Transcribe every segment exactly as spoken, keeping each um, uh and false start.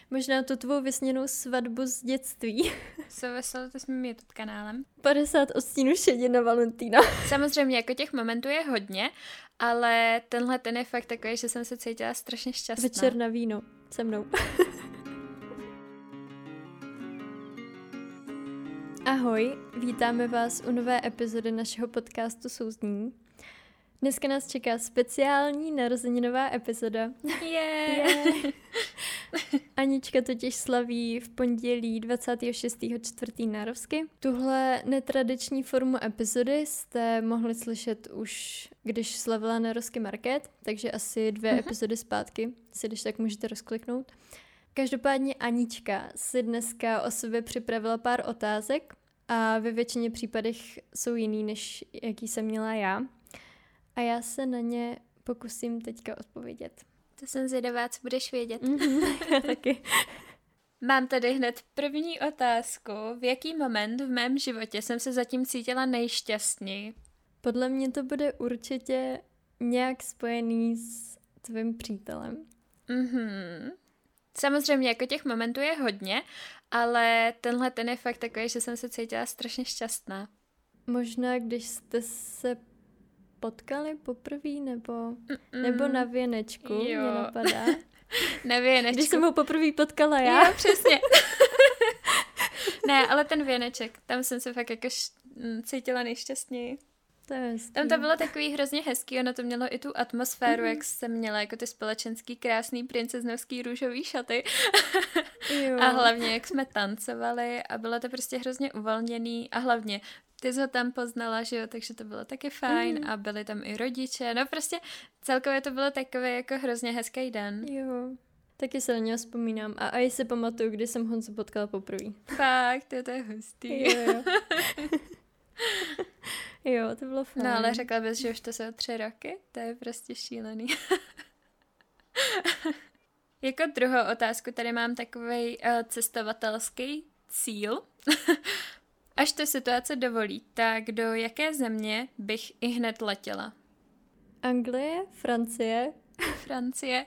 Možná tu tvou vysněnou svatbu z dětství. Souviselo to s mým YouTube kanálem. padesát odstínů šedi na Valentína. Samozřejmě jako těch momentů je hodně, ale tenhle ten je fakt takový, že jsem se cítila strašně šťastná. Večer na víno se mnou. Ahoj, vítáme vás u nové epizody našeho podcastu Souznění. Dneska nás čeká speciální narozeninová epizoda. Yeah. Yeah. Anička totiž slaví v pondělí dvacátého šestého čtvrtého narozky. Tuhle netradiční formu epizody jste mohli slyšet už, když slavila narozky Market, takže asi dvě uh-huh. epizody zpátky si když tak můžete rozkliknout. Každopádně Anička si dneska o sobě připravila pár otázek a ve většině případech jsou jiný, než jaký jsem měla já. A já se na ně pokusím teďka odpovědět. To jsem zvědavá, co budeš vědět. Mm-hmm, já taky. Mám tady hned první otázku. V jaký moment v mém životě jsem se zatím cítila nejšťastněji? Podle mě to bude určitě nějak spojený s tvým přítelem. Mhm. Samozřejmě jako těch momentů je hodně, ale tenhle ten je fakt takový, že jsem se cítila strašně šťastná. Možná, když jste se potkali poprvé, nebo, nebo na věnečku, jo. mě napadá. Na věnečku. Když jsem ho poprvé potkala já. Jo, přesně. Ne, ale ten věneček, tam jsem se fakt jako š- cítila nejšťastněji. To je hezký. Tam to bylo takový hrozně hezký, ono to mělo i tu atmosféru, mm-hmm. jak jsem měla jako ty společenský krásný princeznovský růžový šaty. Jo. A hlavně, jak jsme tancovali a bylo to prostě hrozně uvolněný a hlavně ty jsi ho tam poznala, že jo, takže to bylo taky fajn mm. a byli tam i rodiče, no prostě celkově to bylo takový jako hrozně hezký den. Jo, taky se na něho vzpomínám a i si pamatuju, kdy jsem Honzu potkala poprvé. Fakt, to, to je hustý. Jo, jo. Jo, to bylo fajn. No ale řekla bys, že už to jsou tři roky? To je prostě šílený. Jako druhou otázku tady mám takovej uh, cestovatelský cíl. Až to situace dovolí, tak do jaké země bych i hned letěla? Anglie, Francie. Francie.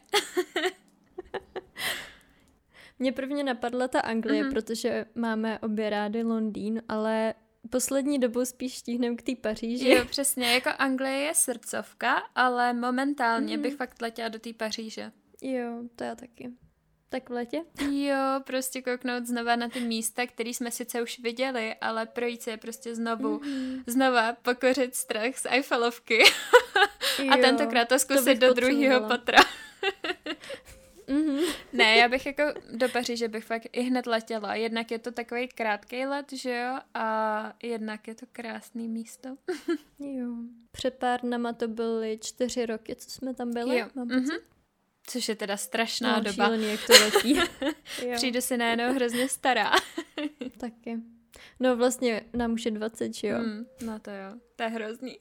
Mně prvně napadla ta Anglie, mm-hmm. protože máme obě rády Londýn, ale poslední dobou spíš štíhnem k té Paříži. Jo, přesně, jako Anglie je srdcovka, ale momentálně mm-hmm. bych fakt letěla do té Paříže. Jo, to já taky. Tak v letě? Jo, prostě kouknout znova na ty místa, které jsme sice už viděli, ale projít se je prostě znovu, mm-hmm. znova pokořit strach z Eiffelovky a jo, tentokrát to zkusit to do druhého patra. mm-hmm. Ne, já bych jako do Paříže bych fakt i hned letěla. Jednak je to takový krátký let, že jo, a jednak je to krásný místo. Jo. Před pár dnama to byly čtyři roky, co jsme tam byli, jo. mám pocit. Mm-hmm. Což je teda strašná no, doba. Šílený, jak to letí. Přijdu si najednou hrozně stará. Taky. No vlastně nám už je dvacet, že jo? Mm, no to jo, to je hrozný.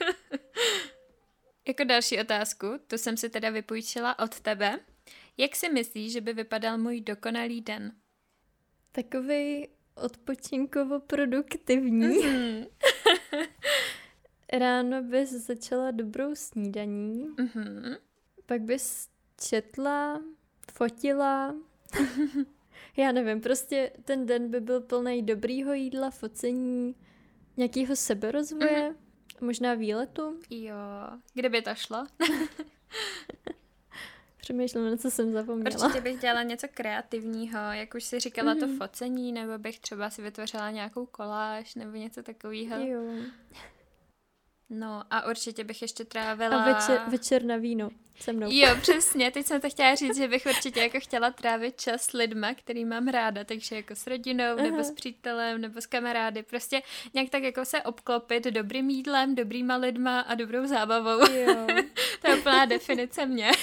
Jako další otázku, tu jsem si teda vypůjčila od tebe. Jak si myslíš, že by vypadal můj dokonalý den? Takovej odpočinkovo-produktivní. Mm. Ráno bys začala dobrou snídaní, Mm-hmm. pak bys četla, fotila. Já nevím, prostě ten den by byl plný dobrýho jídla, focení, nějakého seberozvoje, mm. možná výletu. Jo, kde by to šlo? Přemýšlím, na co jsem zapomněla. Určitě bych dělala něco kreativního, jak už si říkala, mm-hmm. to focení, nebo bych třeba si vytvořila nějakou koláž, nebo něco takového. Jo. No a určitě bych ještě trávila... A večer, večer na víno se mnou. Jo, přesně, teď jsem to chtěla říct, že bych určitě jako chtěla trávit čas s lidma, který mám ráda, takže jako s rodinou, Aha. nebo s přítelem, nebo s kamarády, prostě nějak tak jako se obklopit dobrým jídlem, dobrýma lidma a dobrou zábavou. Jo. To je úplná definice mě.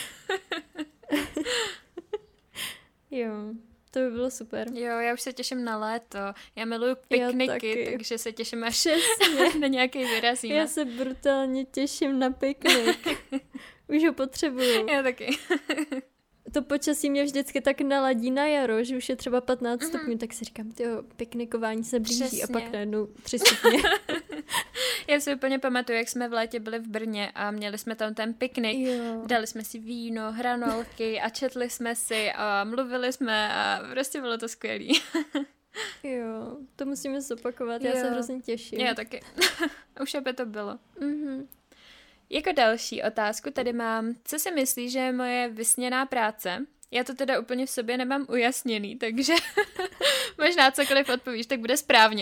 Jo. To by bylo super. Jo, já už se těším na léto. Já miluju pikniky, takže se těším, až na nějaký vyrazíme. Já se brutálně těším na piknik. Už ho potřebuju. Já taky. To počasí mě vždycky tak naladí na jaro, že už je třeba patnáct mm-hmm. stupňů, tak si říkám, tyjo, piknikování se blíží. Přesně. A pak najednou tři stupně. Já si úplně pamatuju, jak jsme v létě byli v Brně a měli jsme tam ten piknik. Jo. Dali jsme si víno, hranolky a četli jsme si a mluvili jsme a prostě bylo to skvělý. Jo, to musíme zopakovat, já Jo. se hrozně těším. Já taky. Už aby to bylo. Mhm. Jako další otázku tady mám, co si myslíš, že je moje vysněná práce? Já to teda úplně v sobě nemám ujasněný, takže možná cokoliv odpovíš, tak bude správně.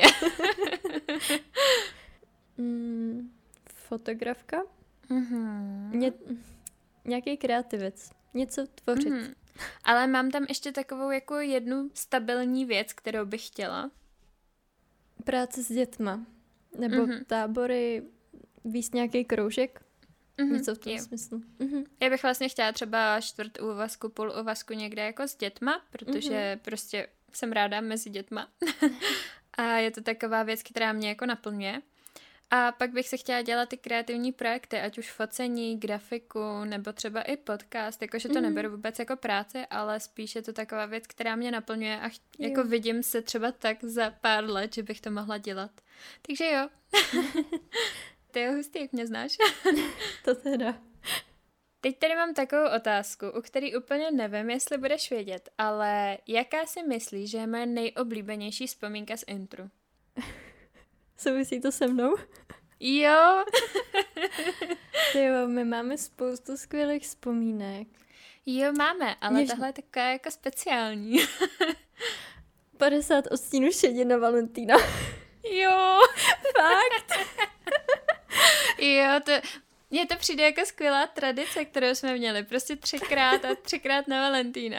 Mm, fotografka? Mm-hmm. Ně, nějaký kreativec. Něco tvořit. Mm-hmm. Ale mám tam ještě takovou jako jednu stabilní věc, kterou bych chtěla. Práce s dětma. Nebo Mhm. tábory, víc nějaký kroužek. Mm-hmm. Něco v tom Jo. smyslu. Mhm. Já bych vlastně chtěla třeba čtvrt úvazku, půl úvazku někde jako s dětma, protože Mhm. prostě jsem ráda mezi dětma. A je to taková věc, která mě jako naplňuje. A pak bych se chtěla dělat ty kreativní projekty, ať už focení, grafiku, nebo třeba i podcast, jakože to Mhm. neberu vůbec jako práce, ale spíš je to taková věc, která mě naplňuje a ch- jako Jo. vidím se třeba tak za pár let, že bych to mohla dělat. Takže jo. Ty jo, hustý, jak mě znáš. To teda. Teď tady mám takovou otázku, u který úplně nevím, jestli budeš vědět, ale jaká si myslíš, že je moje nejoblíbenější vzpomínka z intru? Souvisí to se mnou? Jo! Ty jo, my máme spoustu skvělých vzpomínek. Jo, máme, ale Mě- tahle je taková jako speciální. padesát odstínů šedin na Valentína. Jo! Fakt? Jo, to... Mně to přijde jako skvělá tradice, kterou jsme měli. Prostě třikrát a třikrát na Valentína.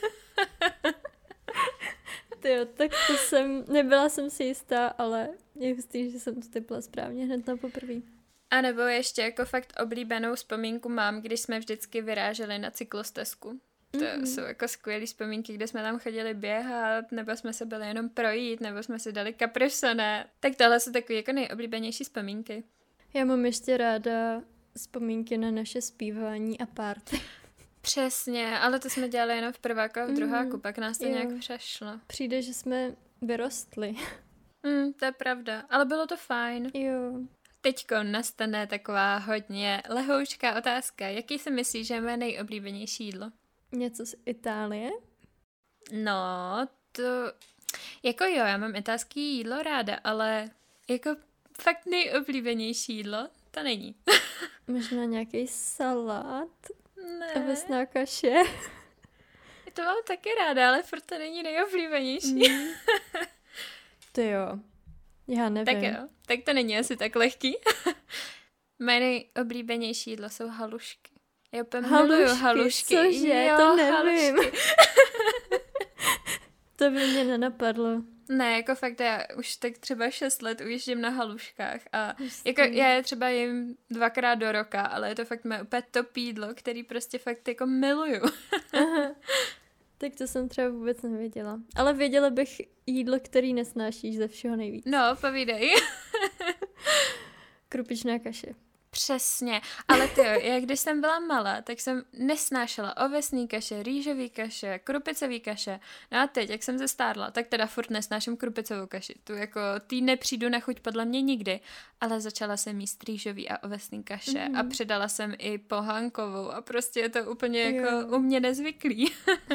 Ty jo, tak to jsem, nebyla jsem si jistá, ale je hustý, že jsem to typla správně hned na poprvé. A nebo ještě jako fakt oblíbenou vzpomínku mám, když jsme vždycky vyráželi na cyklostezku. To Mhm. mm-hmm. jsou jako skvělé vzpomínky, kde jsme tam chodili běhat, nebo jsme se byli jenom projít, nebo jsme si dali kaprišoné. Tak tohle jsou takové jako nejoblíbenější vzpomínky. Já mám ještě ráda vzpomínky na naše zpívání a party. Přesně, ale to jsme dělali jenom v prváku a v druháku, Mhm. pak nás to Jo. nějak přešlo. Přijde, že jsme vyrostli. Mm, to je pravda, ale bylo to fajn. Jo. Teďko nastane taková hodně lehoučká otázka. Jaký si myslíš, že je moje nejoblíbenější jídlo? Něco z Itálie? No, to... Jako jo, já mám italský jídlo ráda, ale jako fakt nejoblíbenější jídlo to není. Možná nějaký salát? Ne, Ovesná kaše? to mám taky ráda, ale furt to není nejoblíbenější. Mm. Ty jo. Já nevím. Tak jo, tak to není asi tak lehký. Moje nejoblíbenější jídlo jsou halušky. Já úplně miluju halušky. Cože? Jo, To nevím. halušky. To by mě nenapadlo. Ne, jako fakt já už tak třeba šest let ujíždím na haluškách a Hustý. jako já je třeba jim dvakrát do roka, ale je to fakt mé úplně top jídlo, který prostě fakt jako miluju. Aha. Tak to jsem třeba vůbec nevěděla. Ale věděla bych jídlo, který nesnášíš ze všeho nejvíc. No, povídej. Krupičná kaše. Přesně, ale ty, já když jsem byla malá, tak jsem nesnášela ovesný kaše, rýžový kaše, krupicový kaše. No a teď, jak jsem se stárla, tak teda furt nesnáším krupicovou kaši. Tu jako tý nepřijdu na chuť podle mě nikdy, ale začala jsem jíst rýžový a ovesný kaše mm-hmm. a přidala jsem i pohánkovou a prostě je to úplně jako Jo. u mě nezvyklý.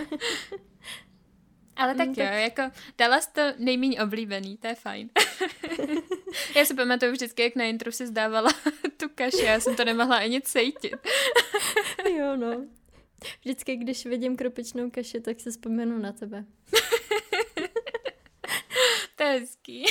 Ale tak Mm, jo, tak- jako dala jsi to nejméně oblíbený, to je fajn. Já si pamatuju vždycky, jak na intru si zdávala tu kaši, já jsem to nemohla ani cítit. Jo, no. Vždycky, když vidím krupičnou kaši, tak se vzpomenu na tebe. To je hezký.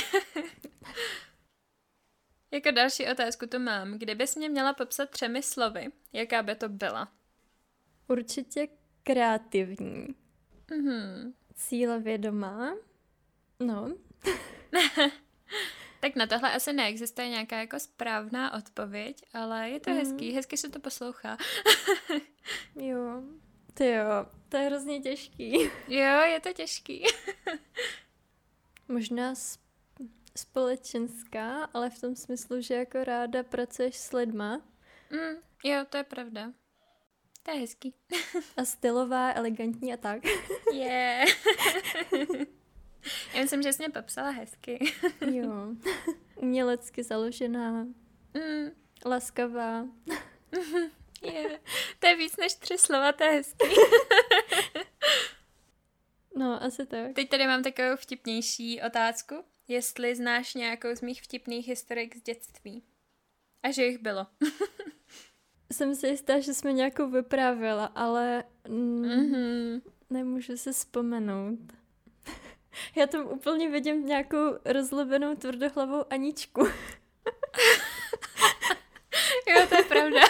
Jako další otázku to mám. Kdybys mě měla popsat třemi slovy, jaká by to byla? Určitě kreativní. Mhm. Cílevědomá. No. Tak na tohle asi neexistuje nějaká jako správná odpověď, ale je to Mhm. hezký, hezky se to poslouchá. Jo. Ty jo, to je hrozně těžký. Jo, je to těžký. Možná s- společenská, ale v tom smyslu, že jako ráda pracuješ s lidma. Mm, jo, to je pravda. To je hezký. A stylová, elegantní a tak. Je. Já myslím, že jsi mě popsala hezky. Jo. Umělecky založená. Mm. Laskavá. Yeah. To je víc než tři slova, to je hezký. No, asi tak. Teď tady mám takovou vtipnější otázku. Jestli znáš nějakou z mých vtipných historik z dětství. A že jich bylo. Jsem si jistá, že jsme nějakou vyprávěla, ale mm, mm-hmm. nemůžu se vzpomenout. Já tam úplně vidím nějakou rozlobenou tvrdohlavou Aničku. Jo, to je pravda.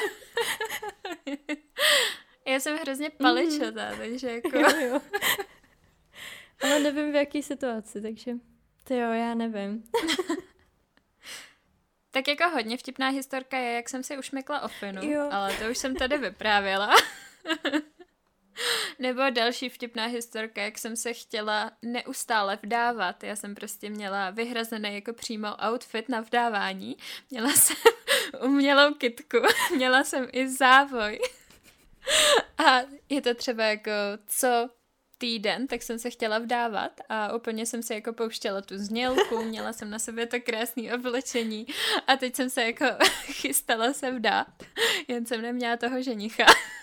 Já jsem hrozně paličatá, mm. takže jako... Jo, jo. Ale nevím v jaký situaci, takže to jo, já nevím. Tak jako hodně vtipná historka je, jak jsem si ušmykla o Finu, jo. Ale to už jsem tady vyprávěla. Nebo další vtipná historka, jak jsem se chtěla neustále vdávat. Já jsem prostě měla vyhrazený jako přímo outfit na vdávání. Měla jsem umělou kytku, měla jsem i závoj. A je to třeba jako co týden, tak jsem se chtěla vdávat a úplně jsem se jako pouštěla tu znělku, měla jsem na sobě to krásné oblečení a teď jsem se jako chystala se vdát, jen jsem neměla toho ženicha.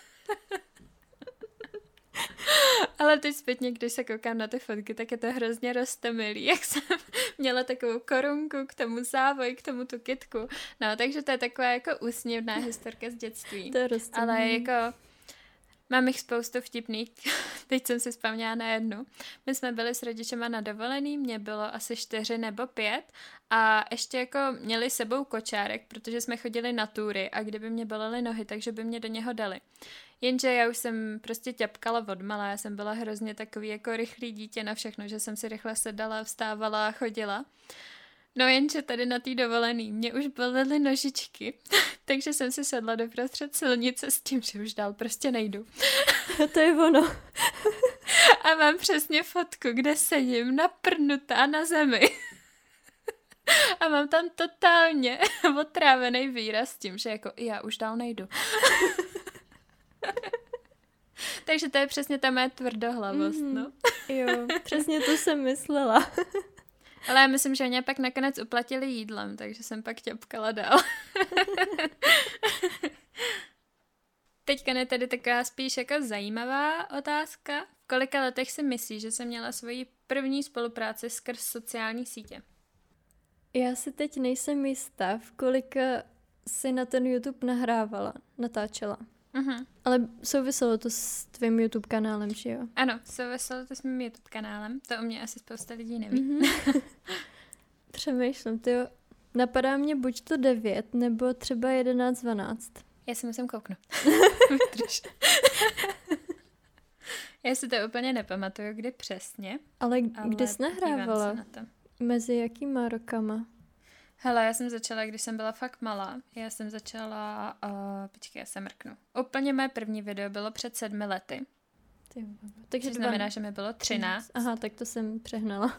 Ale teď zpětně, když se koukám na ty fotky, tak je to hrozně roztomilý, jak jsem měla takovou korunku k tomu závoj, k tomu tu kytku. No, takže to je taková jako úsměvná historka z dětství. To je roztomilý. Ale jako mám jich spoustu vtipných. Teď jsem si vzpomněla na jednu. My jsme byli s rodičema na dovolený, mě bylo asi čtyři nebo pět a ještě jako měli sebou kočárek, protože jsme chodili na túry a kdyby mě bolely nohy, takže by mě do něho dali. Jenže já už jsem prostě ťapkala odmala, já jsem byla hrozně takový jako rychlý dítě na všechno, že jsem si rychle sedala, vstávala a chodila. No jenže tady na té dovolený mě už bolely nožičky, takže jsem si sedla doprostřed silnice s tím, že už dál prostě nejdu. To je ono. A mám přesně fotku, kde sedím naprnutá na zemi. A mám tam totálně otrávený výraz s tím, že jako já už dál nejdu. Takže to je přesně ta mé tvrdohlavost, mm, no. Jo, přesně to jsem myslela. Ale já myslím, že mě pak nakonec uplatili jídlem, takže jsem pak ťapkala dál. Teďka je tady taková spíš jako zajímavá otázka. V kolika letech si myslíš, že jsem měla svoji první spolupráci skrz sociální sítě? Já si teď nejsem jistá, v kolika si na ten YouTube nahrávala, natáčela. Uh-huh. Ale souviselo to s tvým YouTube kanálem, že jo? Ano, souviselo to s mým YouTube kanálem. To o mě asi spousta lidí neví. Uh-huh. Přemýšlím, tyjo. Napadá mě buď to devět, nebo třeba jedenáct, dvanáct. Já si musím kouknout. Já si to úplně nepamatuju, kdy přesně. Ale, ale kdy jsi nahrávala? Mezi jakýma rokama? Hele, já jsem začala, když jsem byla fakt malá. Já jsem začala, uh, počkej, já se mrknu. Úplně moje první video bylo před sedmi lety. Ty, takže to znamená, že mi bylo třináct. Aha, tak to jsem přehnala.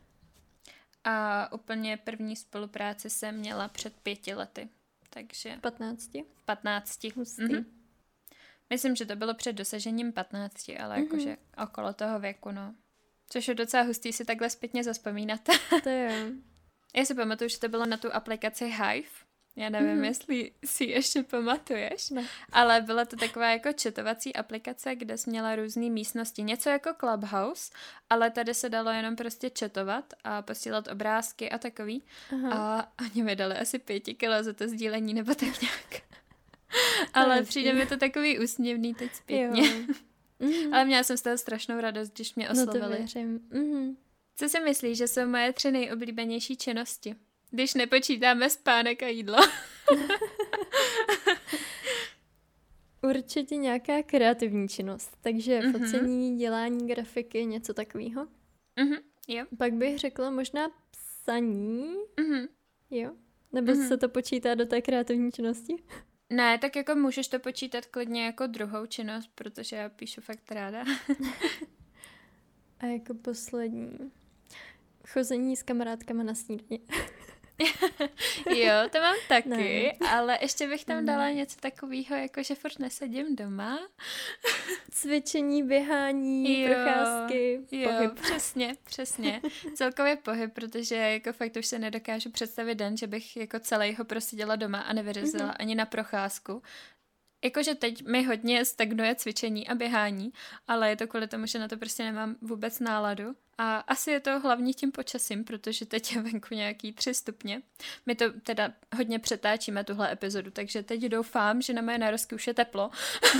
A úplně první spolupráci jsem měla před pěti lety. Takže... patnácti? patnácti. Mm-hmm. Myslím, že to bylo před dosažením patnácti, ale mm-hmm. jakože okolo toho věku, no. Což je docela hustý si takhle zpětně zazpomínat. To je. Já si pamatuju, že to bylo na tu aplikaci Hive. Já nevím, mm-hmm. jestli si ještě pamatuješ, ne. Ale byla to taková jako chatovací aplikace, kde jsi měla různé místnosti. Něco jako Clubhouse, ale tady se dalo jenom prostě chatovat a posílat obrázky a takový. Aha. A oni mi dali asi pěti kilo za to sdílení, nebo tak nějak. Ale přijde mi to takový úsměvný teď zpětně. Mm-hmm. Ale měla jsem z toho strašnou radost, když mě oslovili. No to věřím. Mm-hmm. Co si myslíš, že jsou moje tři nejoblíbenější činnosti? Když nepočítáme spánek a jídlo. Určitě nějaká kreativní činnost. Takže mm-hmm. focení, dělání grafiky, něco takového. Mm-hmm. Jo. Pak bych řekla možná psaní. Mm-hmm. Jo. Nebo mm-hmm. se to počítá do té kreativní činnosti? Ne, tak jako můžeš to počítat klidně jako druhou činnost, protože já píšu fakt ráda. A jako poslední. Chození s kamarádkama na snídaně. Jo, to mám taky, ne. Ale ještě bych tam dala něco takového, jako že furt nesedím doma. Cvičení, běhání, jo, procházky, jo, pohyb. Přesně, přesně. Celkově pohyb, protože jako fakt už se nedokážu představit den, že bych jako celý ho prostě dělala doma a nevyrazila mm-hmm. ani na procházku. Jakože teď mi hodně stagnuje cvičení a běhání, ale je to kvůli tomu, že na to prostě nemám vůbec náladu. A asi je to hlavně tím počasím, protože teď je venku nějaký tři stupně. My to teda hodně přetáčíme, tuhle epizodu, takže teď doufám, že na moje narozky už je teplo.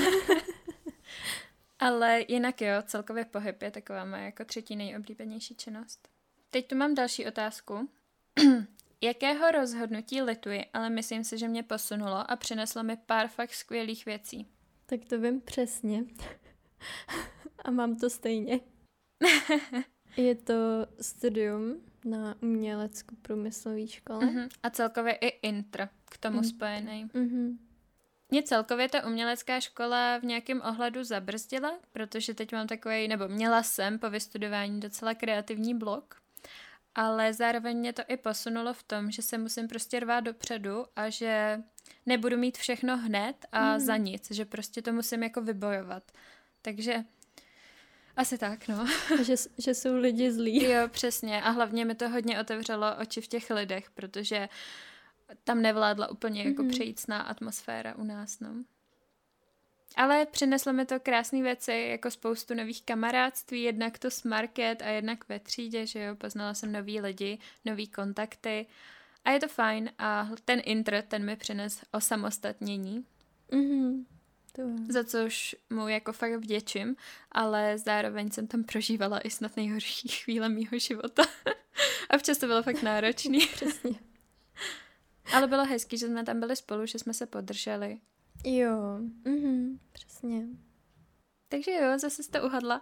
Ale jinak jo, celkově pohyb je taková moje jako třetí nejoblíbenější činnost. Teď tu mám další otázku. Jakého rozhodnutí lituji, ale myslím si, že mě posunulo a přineslo mi pár fakt skvělých věcí. Tak to vím přesně. A mám to stejně. Je to studium na umělecko-průmyslové škole. Uh-huh. A celkově i intro k tomu mm. spojený. Uh-huh. Mě celkově ta umělecká škola v nějakém ohledu zabrzdila, protože teď mám takový, nebo měla jsem po vystudování docela kreativní blok, ale zároveň mě to i posunulo v tom, že se musím prostě rvát dopředu a že nebudu mít všechno hned a mm. za nic, že prostě to musím jako vybojovat. Takže asi tak, no. Že, že jsou lidi zlí. Jo, přesně. A hlavně mi to hodně otevřelo oči v těch lidech, protože tam nevládla úplně jako mm. přejícná atmosféra u nás, no. Ale přineslo mi to krásné věci, jako spoustu nových kamarádství, jednak to s market a jednak ve třídě, že jo, poznala jsem nový lidi, nový kontakty a je to fajn a ten intro, ten mi přines osamostatnění. Mm-hmm. To... Za což mu jako fakt vděčím, ale zároveň jsem tam prožívala i snad nejhorší chvíle mýho života. A včas to bylo fakt náročný. Přesně. Ale bylo hezký, že jsme tam byli spolu, že jsme se podrželi. Jo, mhm, přesně. Takže jo, zase jste uhadla.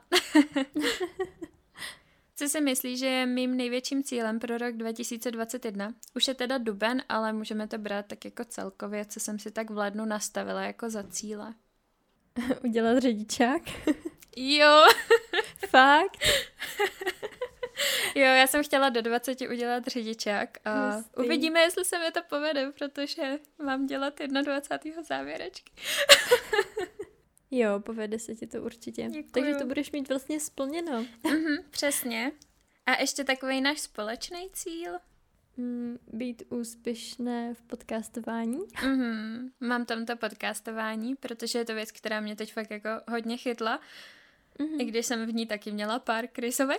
Co si myslíš, že je mým největším cílem pro rok dva tisíce dvacet jedna? Už je teda duben, ale můžeme to brát tak jako celkově, co jsem si tak v lednu nastavila jako za cíle. Udělat řidičák? Jo. Fakt? Jo, já jsem chtěla do dvaceti udělat řidičák a Justý. Uvidíme, jestli se mi to povede, protože mám dělat dvacátého prvního závěrečky. Jo, povede se ti to určitě. Děkuju. Takže to budeš mít vlastně splněno. Mhm, přesně. A ještě takový náš společný cíl? Mm, být úspěšné v podcastování. Mhm, mám tam to podcastování, protože je to věc, která mě teď fakt jako hodně chytla. Mm-hmm. I když jsem v ní taky měla pár krysovek.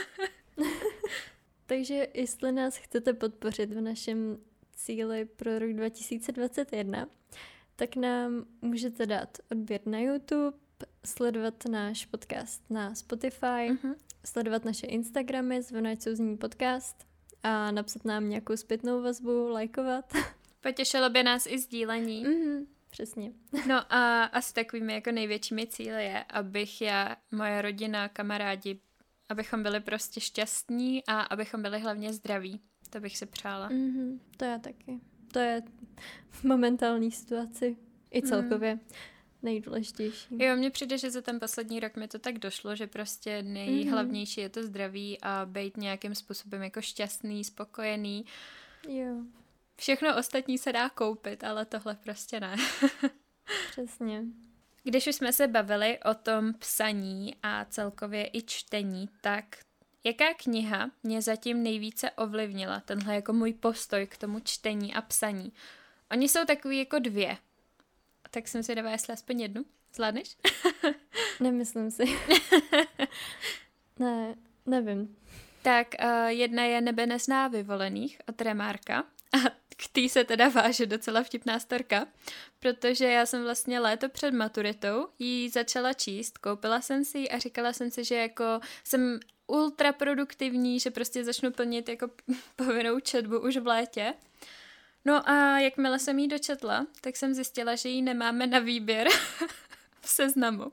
Takže jestli nás chcete podpořit v našem cíli pro rok dva tisíce dvacet jedna, tak nám můžete dát odběr na YouTube, sledovat náš podcast na Spotify, mm-hmm. sledovat naše Instagramy, zvonať souzní podcast a napsat nám nějakou zpětnou vazbu, lajkovat. Potěšilo by nás i sdílení. Mm-hmm. Přesně. No a asi takovými jako největšími cíly je, abych já, moje rodina, kamarádi, abychom byli prostě šťastní a abychom byli hlavně zdraví. To bych si přála. Mm-hmm, to já taky. To je v momentální situaci i celkově mm. nejdůležitější. Jo, mně přijde, že za ten poslední rok mi to tak došlo, že prostě nejhlavnější mm-hmm. je to zdraví a být nějakým způsobem jako šťastný, spokojený. Jo. Všechno ostatní se dá koupit, ale tohle prostě ne. Přesně. Když už jsme se bavili o tom psaní a celkově i čtení, tak jaká kniha mě zatím nejvíce ovlivnila, tenhle jako můj postoj k tomu čtení a psaní? Oni jsou takový jako dvě. Tak jsem si dala, jestli aspoň jednu. Zvládneš? Nemyslím si. ne, nevím. Tak uh, jedna je Nebe nezná vyvolených od Remarka. A k tý se teda váže docela vtipná storka, protože já jsem vlastně léto před maturitou jí začala číst, koupila jsem si ji a říkala jsem si, že jako jsem ultra produktivní, že prostě začnu plnit jako povinnou četbu už v létě. No a jakmile jsem jí dočetla, tak jsem zjistila, že ji nemáme na výběr v Seznamu.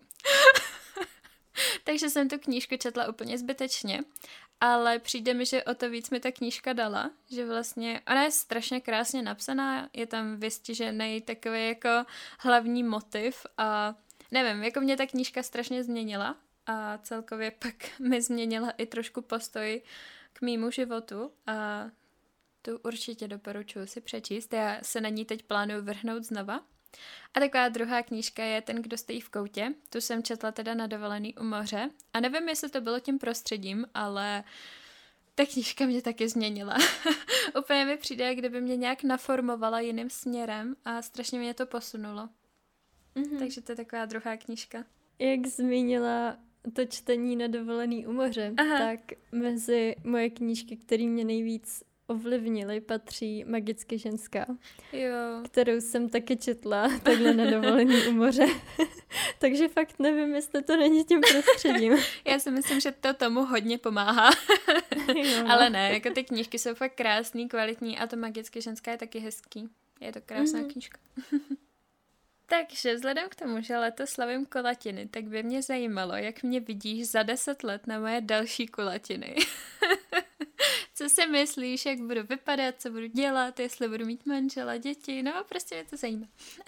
Takže jsem tu knížku četla úplně zbytečně. Ale přijde mi, že o to víc mi ta knížka dala, že vlastně ona je strašně krásně napsaná, je tam vystižený takový jako hlavní motiv a nevím, jako mě ta knížka strašně změnila a celkově pak mi změnila i trošku postoj k mému životu a Tu určitě doporučuji si přečíst, já se na ní teď plánuju vrhnout znova. A taková druhá knížka je Ten, kdo stojí v koutě. Tu jsem četla teda na dovolený u moře. A nevím, jestli to bylo tím prostředím, ale ta knížka mě taky změnila. Úplně mi přijde, jak kdyby mě nějak naformovala jiným směrem a strašně mě to posunulo. Mm-hmm. Takže to je taková druhá knížka. Jak zmínila to čtení na dovolený u moře, Aha. tak mezi moje knížky, které mě nejvíc ovlivnily, patří Magicky ženská, jo. kterou jsem taky četla takhle na dovolený u moře. Takže fakt nevím, jestli to není tím prostředím. Já si myslím, že to tomu hodně pomáhá. Jo, no. Ale ne, jako ty knížky jsou fakt krásný, kvalitní a to Magicky ženská je taky hezký. Je to krásná mm-hmm. knížka. Takže vzhledem k tomu, že letos slavím kulatiny, tak by mě zajímalo, jak mě vidíš za deset let na moje další kulatiny. Co si myslíš, jak budu vypadat, co budu dělat, jestli budu mít manžela, děti, no prostě mě to zajímá.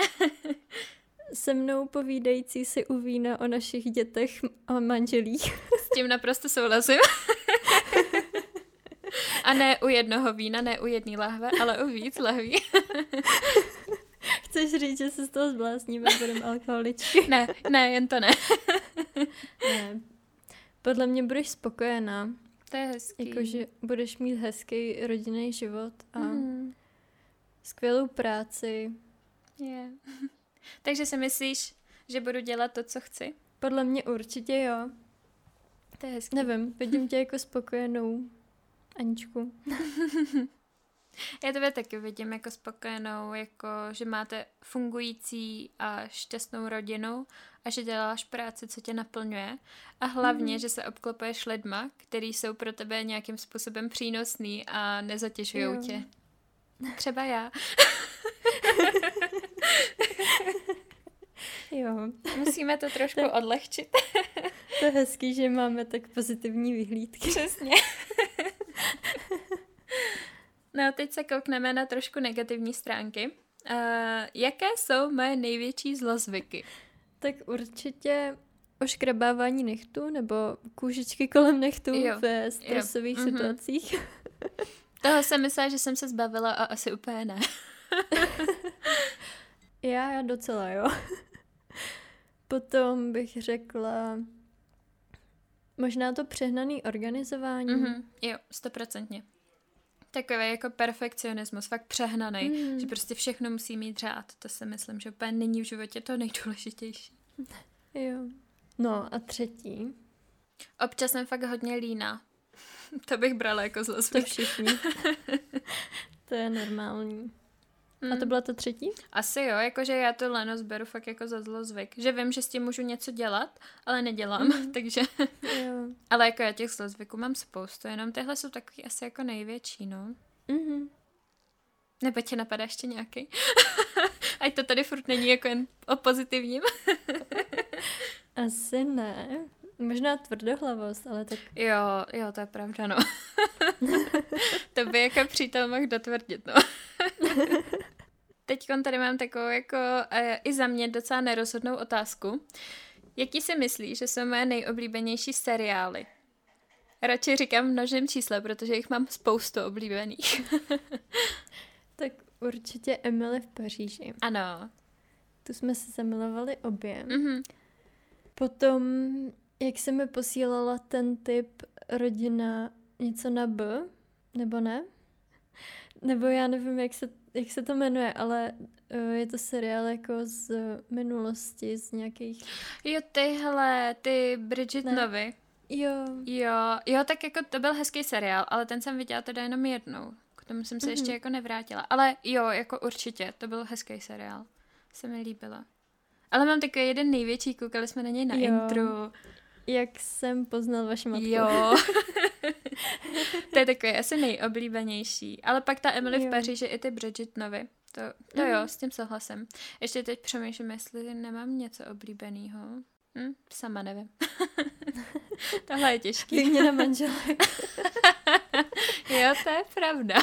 Se mnou povídající si u vína o našich dětech a manželích. S tím naprosto souhlasím. A ne u jednoho vína, ne u jedné lahve, ale u víc lahví. Chceš říct, že se z toho zblázníme, budeme alkoholičky? Ne, ne, jen to ne. Ne. Podle mě budeš spokojená. To je hezký. Jakože budeš mít hezký rodinný život a mm. skvělou práci. Yeah. Takže si myslíš, že budu dělat to, co chci? Podle mě určitě jo. To je hezký. Nevím, vidím tě jako spokojenou Aničku. Já tebe taky vidím jako spokojenou, jako že máte fungující a šťastnou rodinu a že děláš práci, co tě naplňuje. A hlavně, mm. že se obklopuješ lidma, který jsou pro tebe nějakým způsobem přínosný a nezatěžujou tě. Třeba já. Jo. Musíme to trošku tak odlehčit. To je hezký, že máme tak pozitivní vyhlídky. Přesně. No, teď se koukneme na trošku negativní stránky. Uh, jaké jsou moje největší zlozvyky? Tak určitě oškrabávání nechtu nebo kůžičky kolem nechtu jo. ve stresových jo. situacích. Mm-hmm. Toho jsem myslela, že jsem se zbavila a asi úplně ne. já, já docela, jo. Potom bych řekla možná to přehnaný organizování. Mm-hmm. Jo, stoprocentně. Takový jako perfekcionismus, fakt přehnaný, mm. že prostě všechno musí mít řád. To si myslím, že úplně není v životě to nejdůležitější. Jo. No a třetí? Občas jsem fakt hodně líná. To bych brala jako zlozvyk. To všichni. To je normální. A to byla ta třetí? Asi jo, jakože já tu lenost beru fakt jako za zlozvyk. Že vím, že s tím můžu něco dělat, ale nedělám, mm. takže... Jo. Ale jako já těch zlozvyků mám spoustu, jenom tyhle jsou takový asi jako největší, no. Mm-hmm. Nebo tě napadá ještě nějaký? Ať to tady furt není jako jen o pozitivním. Asi ne. Možná tvrdohlavost, ale tak... Jo, jo, to je pravda, no. To by jako přítel mohl dotvrdit, no. Teďkon tady mám takovou jako e, i za mě docela nerozhodnou otázku. Jaký si myslíš, že jsou moje nejoblíbenější seriály? Radši říkám v množném čísle, protože jich mám spoustu oblíbených. Tak určitě Emily v Paříži. Ano. Tu jsme se zamilovali obě. Mm-hmm. Potom, jak se mi posílala ten typ rodina něco na B, nebo ne? Nebo já nevím, jak se, jak se to jmenuje, ale uh, je to seriál jako z minulosti, z nějakých... Jo, tyhle, ty Bridget Novy. Jo. Jo, jo, tak jako to byl hezký seriál, ale ten jsem viděla teda jenom jednou. K tomu jsem se mm-hmm. ještě jako nevrátila. Ale jo, jako určitě, to byl hezký seriál. Se mi líbila. Ale mám takový jeden největší, koukali jsme na něj na jo. intro. Jak jsem poznal vaši matku. Jo. To je takový asi nejoblíbenější. Ale pak ta Emily jo. v Paříži i ty Bridget Novy. To, to mm. jo, s tím souhlasím. Ještě teď přemýšlím, jestli nemám něco oblíbeného. Hm, sama nevím. Tohle je těžký. Výměna manželek. Jo, to je pravda.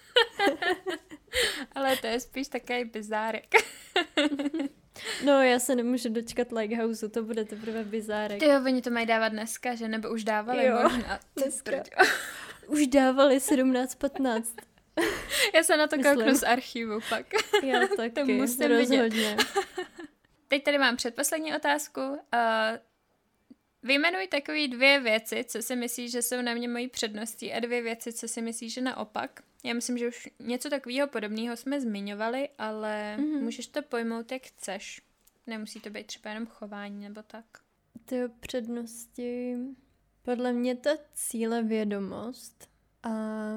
Ale to je spíš takový bizárek. No, já se nemůžu dočkat Lighthouse, to bude teprve bizárek. Jo, oni to mají dávat dneska, že? Nebo už dávali jo, možná. Dneska. Už dávali sedmnáct patnáct. Já se na to kouknu z archivu pak. Já taky, to musím rozhodně. Teď tady mám předposlední otázku. Uh, vyjmenuj takový dvě věci, co si myslíš, že jsou na mě mojí předností a dvě věci, co si myslíš, že naopak. Já myslím, že už něco takového podobného jsme zmiňovali, ale mm-hmm. můžeš to pojmout, jak chceš. Nemusí to být třeba jenom chování nebo tak. Ty přednosti... Podle mě to cílevědomost a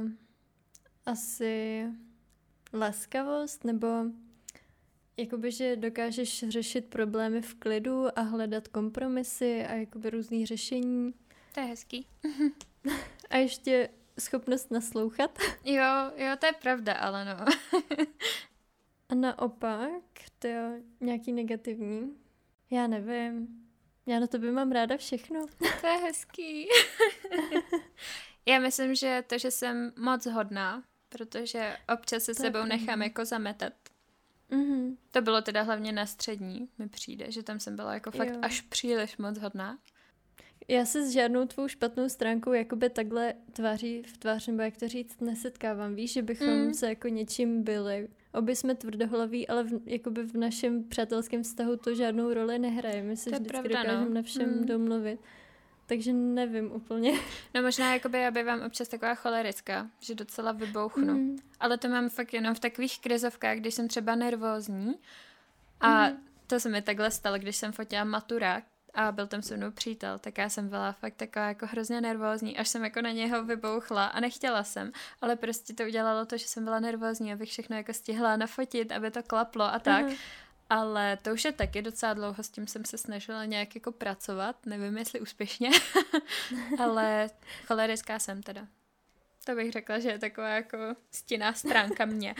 asi laskavost, nebo jakoby, že dokážeš řešit problémy v klidu a hledat kompromisy a jakoby různý řešení. To je hezký. A ještě schopnost naslouchat. Jo, jo, to je pravda, ale no. A naopak, to je nějaký negativní. Já nevím. Já na tobě mám ráda všechno. To je hezký. Já myslím, že to, že jsem moc hodná, protože občas se tak sebou nechám jako zametat. Mm-hmm. To bylo teda hlavně na střední, mi přijde, že tam jsem byla jako fakt jo. až příliš moc hodná. Já se s žádnou tvou špatnou stránkou jakoby takhle tváří v tvář, nebo jak to říct, nesetkávám. Víš, že bychom mm. se jako něčím byli. Obě jsme tvrdohlaví, ale v, jakoby v našem přátelském vztahu to žádnou roli nehraje. My se vždycky pravda, dokážeme no. na všem mm. domluvit. Takže nevím úplně. No možná jakoby já bývám občas taková cholerická, že docela vybouchnu. Mm. Ale to mám fakt jenom v takových krizovkách, když jsem třeba nervózní. A mm. to se mi takhle stalo, když jsem fotila maturák a byl tam se mnou přítel, tak já jsem byla fakt taková jako hrozně nervózní, až jsem jako na něho vybouchla a nechtěla jsem, ale prostě to udělalo to, že jsem byla nervózní, abych všechno jako stihla nafotit, aby to klaplo a tak. Uh-huh. Ale to už je taky docela dlouho, s tím jsem se snažila nějak jako pracovat, nevím jestli úspěšně, ale cholerická jsem teda. To bych řekla, že je taková jako stinná stránka mě.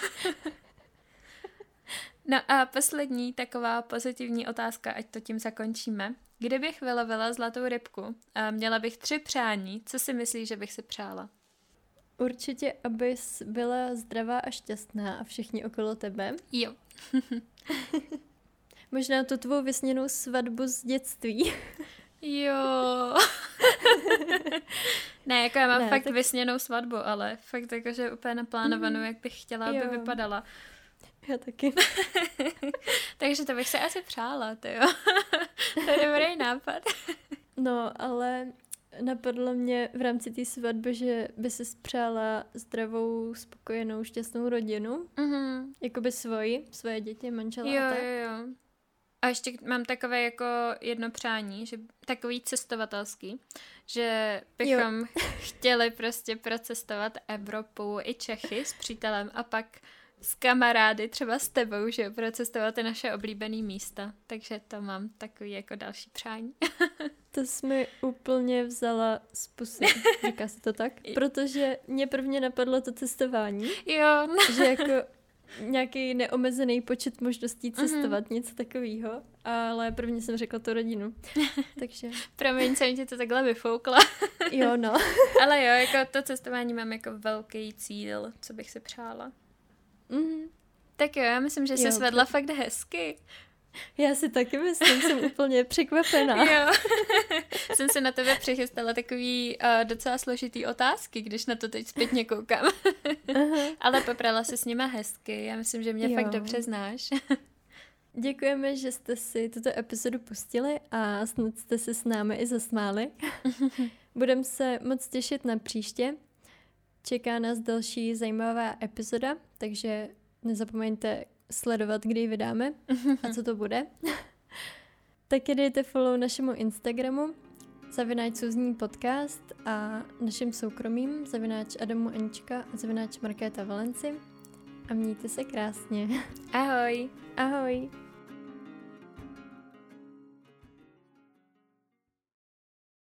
No a poslední taková pozitivní otázka, ať to tím zakončíme. Kdybych vylovila zlatou rybku a měla bych tři přání, co si myslíš, že bych si přála? Určitě, abys byla zdravá a šťastná a všichni okolo tebe. Jo. Možná tu tvou vysněnou svatbu z dětství. Jo. Ne, jako já mám ne, fakt tak... vysněnou svatbu, ale fakt jakože úplně naplánovanou, mm. jak bych chtěla, aby jo. vypadala. Já taky. Takže to bych se asi přála, tyjo. To je dobrý nápad. No, ale napadlo mě v rámci té svatby, že by si přála zdravou, spokojenou, šťastnou rodinu. Mm-hmm. Jakoby svoji, svoje děti, manžela jo, a tak. Jo, jo. A ještě mám takové jako jedno přání, že takový cestovatelský, že bychom jo. chtěli prostě procestovat Evropu i Čechy s přítelem a pak s kamarády, třeba s tebou, že procestovat ty naše oblíbené místa. Takže to mám takový jako další přání. To jsi mi úplně vzala z pusy, říká se to tak? Protože mě prvně napadlo to cestování. Jo. Že jako nějaký neomezený počet možností cestovat, mm-hmm. něco takového. Ale prvně jsem řekla tu rodinu. Takže... Promiň, jsem ti to takhle vyfoukla. Jo, no. Ale jo, jako to cestování mám jako velký cíl, co bych si přála. Mm-hmm. Tak jo, já myslím, že jsi svedla to... fakt hezky. Já si taky myslím, jsem úplně překvapená. Jo. Jsem se na tebe přichystala takový uh, docela složitý otázky, když na to teď zpětně koukám. Uh-huh. Ale poprala se s nima hezky. Já myslím, že mě jo. fakt dobře znáš. Děkujeme, že jste si tuto epizodu pustili a snad jste se s námi i zasmáli. Budeme se moc těšit na příště. Čeká nás další zajímavá epizoda, takže nezapomeňte sledovat, kdy ji vydáme a co to bude. Taky dejte follow našemu Instagramu zavináč Suzní podcast a našim soukromým zavináč Adamu Anička a zavináč Markéta Valenci a mějte se krásně. Ahoj. Ahoj.